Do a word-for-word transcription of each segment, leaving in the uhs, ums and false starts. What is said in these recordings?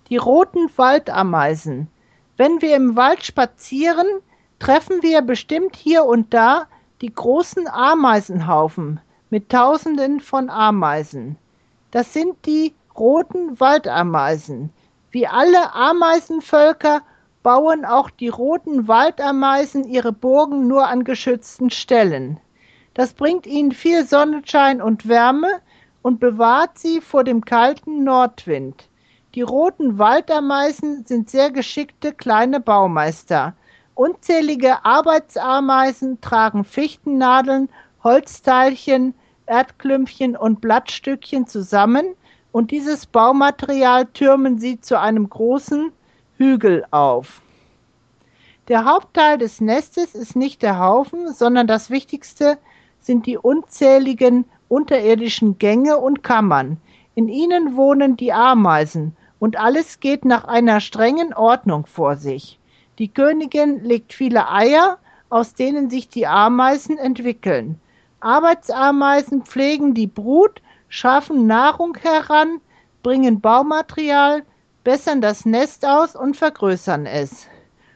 Die roten Waldameisen. Wenn wir im Wald spazieren, treffen wir bestimmt hier und da die großen Ameisenhaufen mit Tausenden von Ameisen. Das sind die roten Waldameisen. Wie alle Ameisenvölker bauen auch die roten Waldameisen ihre Burgen nur an geschützten Stellen. Das bringt ihnen viel Sonnenschein und Wärme und bewahrt sie vor dem kalten Nordwind. Die roten Waldameisen sind sehr geschickte kleine Baumeister. Unzählige Arbeitsameisen tragen Fichtennadeln, Holzteilchen, Erdklümpchen und Blattstückchen zusammen und dieses Baumaterial türmen sie zu einem großen Hügel auf. Der Hauptteil des Nestes ist nicht der Haufen, sondern das Wichtigste sind die unzähligen unterirdischen Gänge und Kammern. In ihnen wohnen die Ameisen und alles geht nach einer strengen Ordnung vor sich. Die Königin legt viele Eier, aus denen sich die Ameisen entwickeln. Arbeitsameisen pflegen die Brut, schaffen Nahrung heran, bringen Baumaterial, bessern das Nest aus und vergrößern es.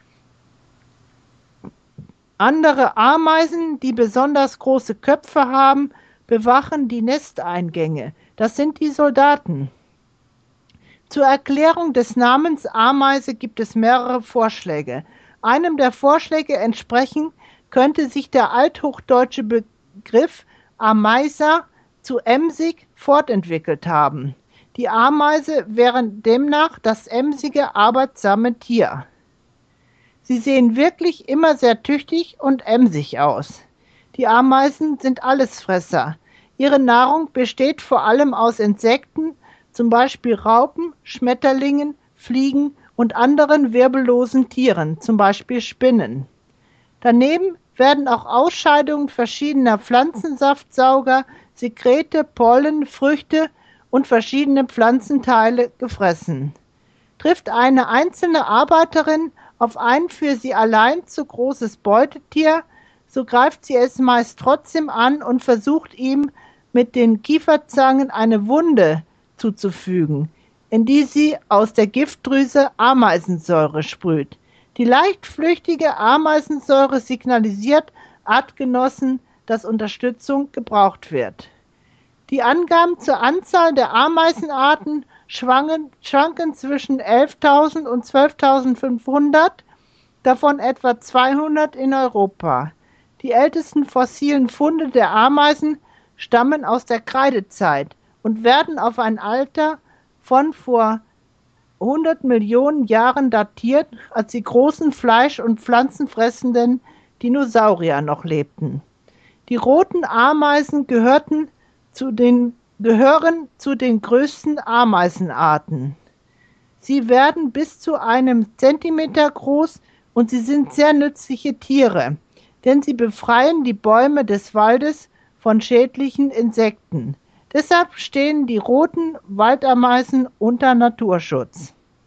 Andere Ameisen, die besonders große Köpfe haben, bewachen die Nesteingänge. Das sind die Soldaten. Zur Erklärung des Namens Ameise gibt es mehrere Vorschläge. Einem der Vorschläge entsprechen könnte sich der althochdeutsche Begriff Ameiser zu emsig fortentwickelt haben. Die Ameise wäre demnach das emsige, arbeitsame Tier. Sie sehen wirklich immer sehr tüchtig und emsig aus. Die Ameisen sind Allesfresser. Ihre Nahrung besteht vor allem aus Insekten, zum Beispiel Raupen, Schmetterlingen, Fliegen und anderen wirbellosen Tieren, zum Beispiel Spinnen. Daneben werden auch Ausscheidungen verschiedener Pflanzensaftsauger, Sekrete, Pollen, Früchte und verschiedene Pflanzenteile gefressen. Trifft eine einzelne Arbeiterin auf ein für sie allein zu großes Beutetier, so greift sie es meist trotzdem an und versucht ihm mit den Kieferzangen eine Wunde zuzufügen, in die sie aus der Giftdrüse Ameisensäure sprüht. Die leicht flüchtige Ameisensäure signalisiert Artgenossen, dass Unterstützung gebraucht wird. Die Angaben zur Anzahl der Ameisenarten schwanken, schwanken zwischen elftausend und zwölftausendfünfhundert, davon etwa zweihundert in Europa. Die ältesten fossilen Funde der Ameisen stammen aus der Kreidezeit und werden auf ein Alter von vor hundert Millionen Jahren datiert, als die großen Fleisch- und pflanzenfressenden Dinosaurier noch lebten. Die roten Ameisen gehörten zu den, gehören zu den größten Ameisenarten. Sie werden bis zu einem Zentimeter groß und sie sind sehr nützliche Tiere, denn sie befreien die Bäume des Waldes von schädlichen Insekten. Deshalb stehen die roten Waldameisen unter Naturschutz.